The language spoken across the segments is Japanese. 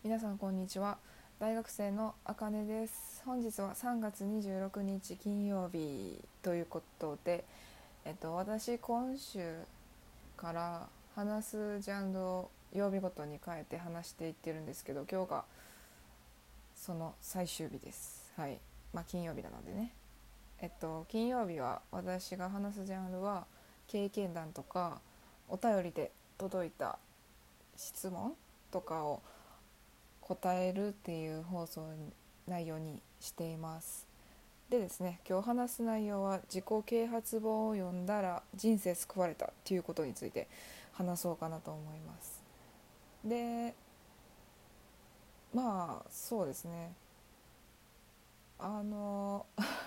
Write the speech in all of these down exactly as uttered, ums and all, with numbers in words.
皆さんこんにちは。大学生のあかねです。本日はさんがつにじゅうろくにち金曜日ということで、えっと、私今週から話すジャンルを曜日ごとに変えて話していってるんですけど、今日がその最終日です。はい。まあ金曜日なのでね。えっと金曜日は私が話すジャンルは経験談とかお便りで届いた質問とかを答えるっていう放送内容にしています。でですね、今日話す内容は自己啓発本を読んだら人生救われたっていうことについて話そうかなと思います。で、まあそうですね、あの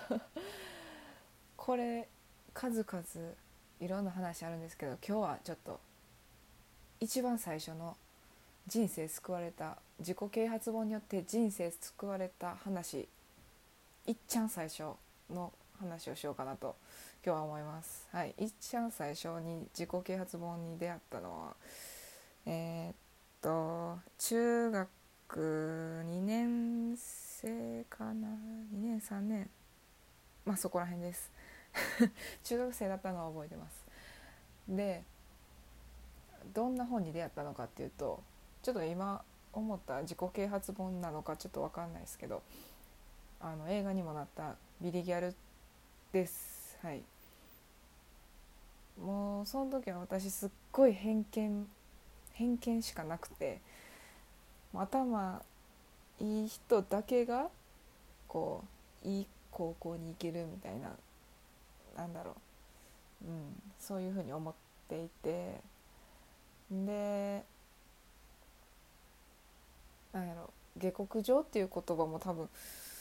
これ数々いろんな話あるんですけど、今日はちょっと一番最初の人生救われた自己啓発本によって人生救われた話、いっちゃん最初の話をしようかなと今日は思います。はい、いっちゃん最初に自己啓発本に出会ったのはえーっと中学にねん生かな、にねんさんねん、まあそこら辺です。中学生だったのは覚えてます。で、どんな本に出会ったのかっていうと、ちょっと今思った自己啓発本なのかちょっと分かんないですけど、あの映画にもなったビリギャルです。はい。もうその時は私すっごい偏見偏見しかなくて、頭いい人だけがこういい高校に行けるみたいな、なんだろう、うん、そういうふうに思っていて、で、なんやろ、下克上っていう言葉も多分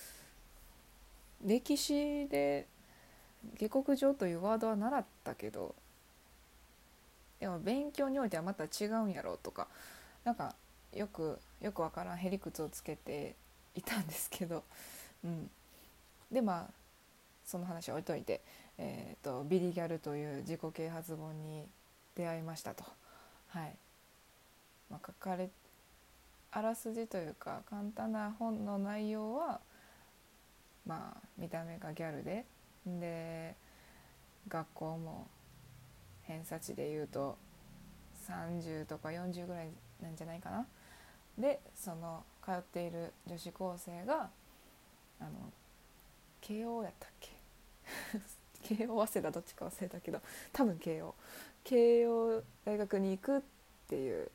歴史で下克上というワードは習ったけど、でも勉強においてはまた違うんやろうとか、なんかよくよくわからんへりくつをつけていたんですけど、うん、でまあその話は置いといて、えーと、ビリギャルという自己啓発本に出会いましたと。はい。まあ、書かれあらすじというか簡単な本の内容は、まあ見た目がギャルで、で学校も偏差値でいうとさんじゅうとかよんじゅうぐらいなんじゃないかな。でその通っている女子高生があの慶応やったっけ慶応早稲田どっちか忘れたけど、多分慶応慶応大学に行くっていう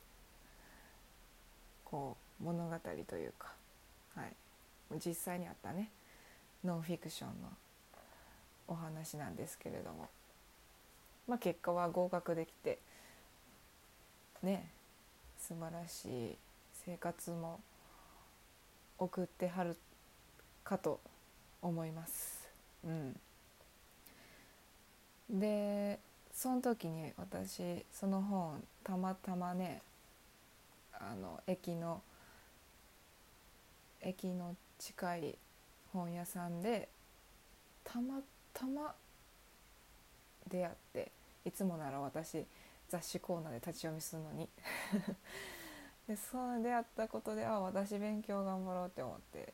こう物語というか、はい、実際にあったねノンフィクションのお話なんですけれども、まあ、結果は合格できてね、素晴らしい生活も送ってはるかと思います。うん、でその時に私その本たまたまね、あの駅の駅の近い本屋さんでたまたま出会って、いつもなら私雑誌コーナーで立ち読みするのにでそう出会ったことで、あ私勉強頑張ろうって思って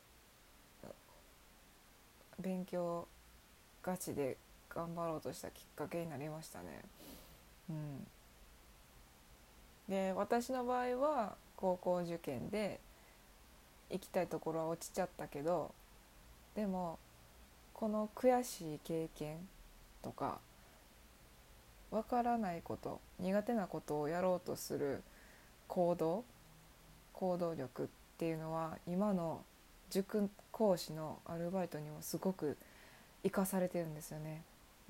勉強ガチで頑張ろうとしたきっかけになりましたね。うん、で私の場合は高校受験で行きたいところは落ちちゃったけど、でもこの悔しい経験とかわからないこと、苦手なことをやろうとする行動行動力っていうのは今の塾講師のアルバイトにもすごく活かされてるんですよね。うん、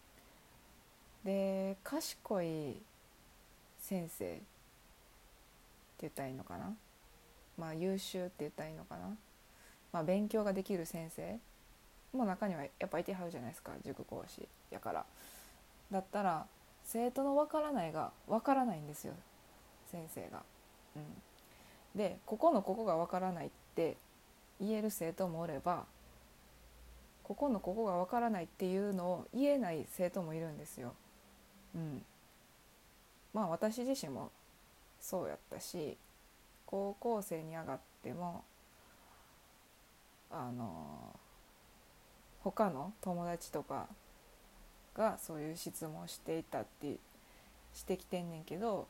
で賢い先生って言ったらいいのかな、まあ優秀って言ったらいいのかな、まあ、勉強ができる先生も中にはやっぱいてはるじゃないですか、塾講師やから。だったら生徒のわからないがわからないんですよ、先生が。うん、でここのここがわからないって言える生徒もおれば、ここのここがわからないっていうのを言えない生徒もいるんですよ。うん、まあ私自身もそうやったし、 高校生に上がってもあの他の友達とかがそういう質問していたってしてきてんねんけど、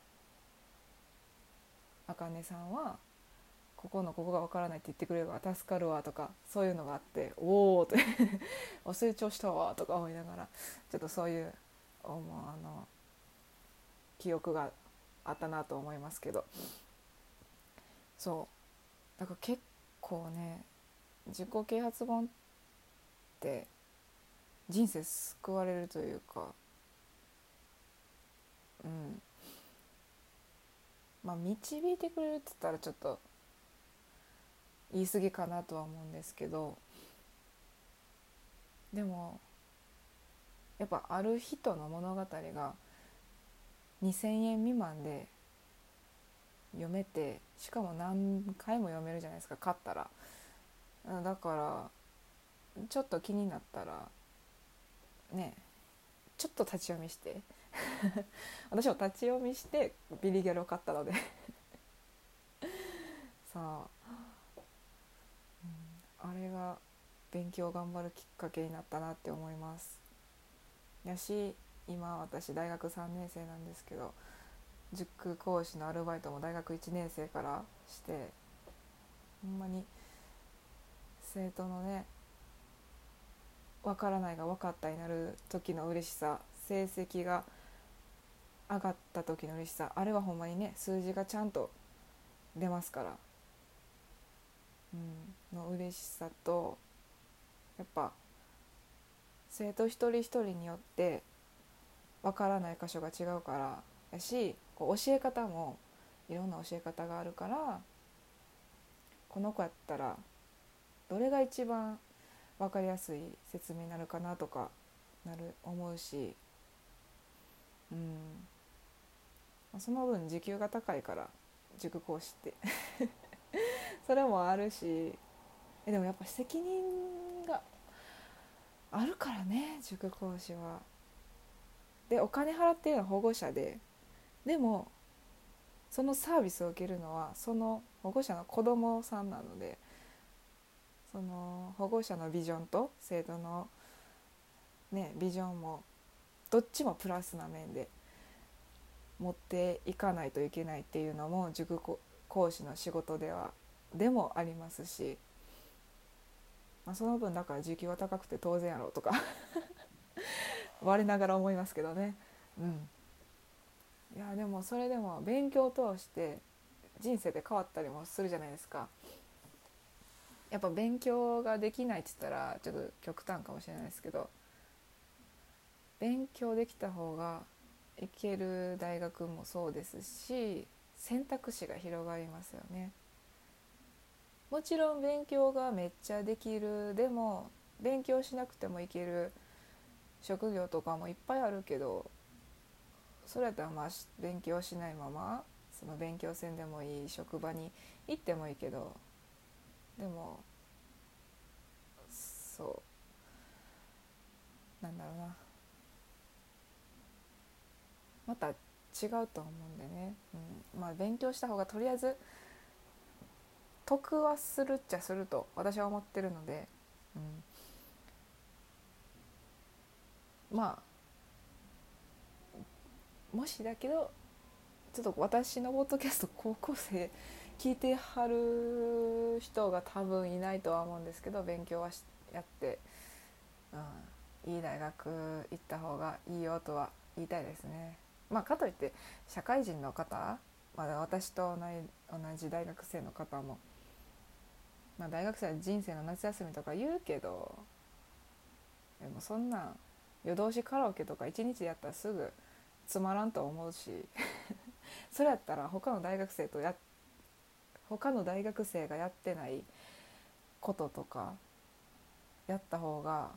あかねさんはここのここがわからないって言ってくれるから助かるわとか、そういうのがあって、おおって成長したわとか思いながら、ちょっとそういうあの記憶があったなと思いますけど、そうだから結構ね、自己啓発本って人生救われるというか、うんまあ導いてくれるって言ったらちょっと言い過ぎかなとは思うんですけど、でもやっぱある人の物語がにせんえん未満で読めて、しかも何回も読めるじゃないですか、買ったら。だからちょっと気になったらね、ちょっと立ち読みして私も立ち読みしてビリギャルを買ったのでさあ、うん、あれが勉強頑張るきっかけになったなって思います。やし、今私大学さんねん生なんですけど、塾講師のアルバイトも大学いちねん生からして、ほんまに生徒のね、分からないが分かったになる時の嬉しさ、成績が上がった時の嬉しさ、あれはほんまにね、数字がちゃんと出ますから、うん、の嬉しさと、やっぱ生徒一人一人によって分からない箇所が違うからやし、こう教え方もいろんな教え方があるから、この子やったらどれが一番分かりやすい説明になるかなとかなる思うし、うん、その分時給が高いから塾講師ってそれもあるし、えでもやっぱ責任があるからね、塾講師は。でお金払っているのは保護者で、でもそのサービスを受けるのはその保護者の子供さんなので、その保護者のビジョンと生徒の、ね、ビジョンもどっちもプラスな面で持っていかないといけないっていうのも塾講師の仕事ではでもありますし、まあ、その分だから時給は高くて当然やろうとか我ながら思いますけどね。うん、いやでもそれでも勉強を通して人生で変わったりもするじゃないですか。やっぱ勉強ができないって言ったらちょっと極端かもしれないですけど、勉強できた方が行ける大学もそうですし、選択肢が広がりますよね。もちろん勉強がめっちゃできる、でも勉強しなくてもいける職業とかもいっぱいあるけど、それやったらまあ勉強しないままその勉強せんでもいい職場に行ってもいいけど、でもそうなんだろうな、また違うと思うんでね、うん、まあ勉強した方がとりあえず得はするっちゃすると私は思ってるので、うん、まあもしだけどちょっと私のポッドキャスト高校生聞いてはる人が多分いないとは思うんですけど、勉強はしやって、うん、いい大学行った方がいいよとは言いたいですね。まあかといって社会人の方、まだ私と同じ、同じ大学生の方も、まあ、大学生は人生の夏休みとか言うけど、でもそんなん夜通しカラオケとか一日でやったらすぐつまらんと思うしそれやったら他の大学生とや他の大学生がやってないこととかやった方が、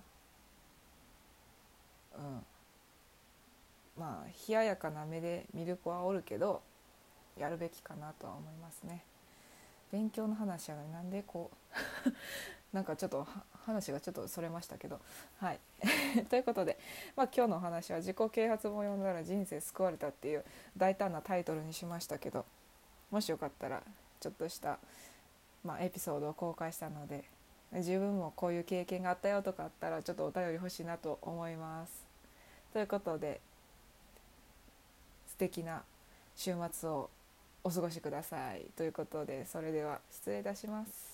うん、まあ冷ややかな目で見る子はおるけどやるべきかなとは思いますね。勉強の話やのになんでこうなんかちょっと話がちょっとそれましたけど、はいということで、まあ、今日のお話は自己啓発本読んだら人生救われたっていう大胆なタイトルにしましたけど、 もしよかったらちょっとした、まあ、エピソードを公開したので、自分もこういう経験があったよとかあったらちょっとお便り欲しいなと思います。ということで、素敵な週末をお過ごしくださいということで、それでは失礼いたします。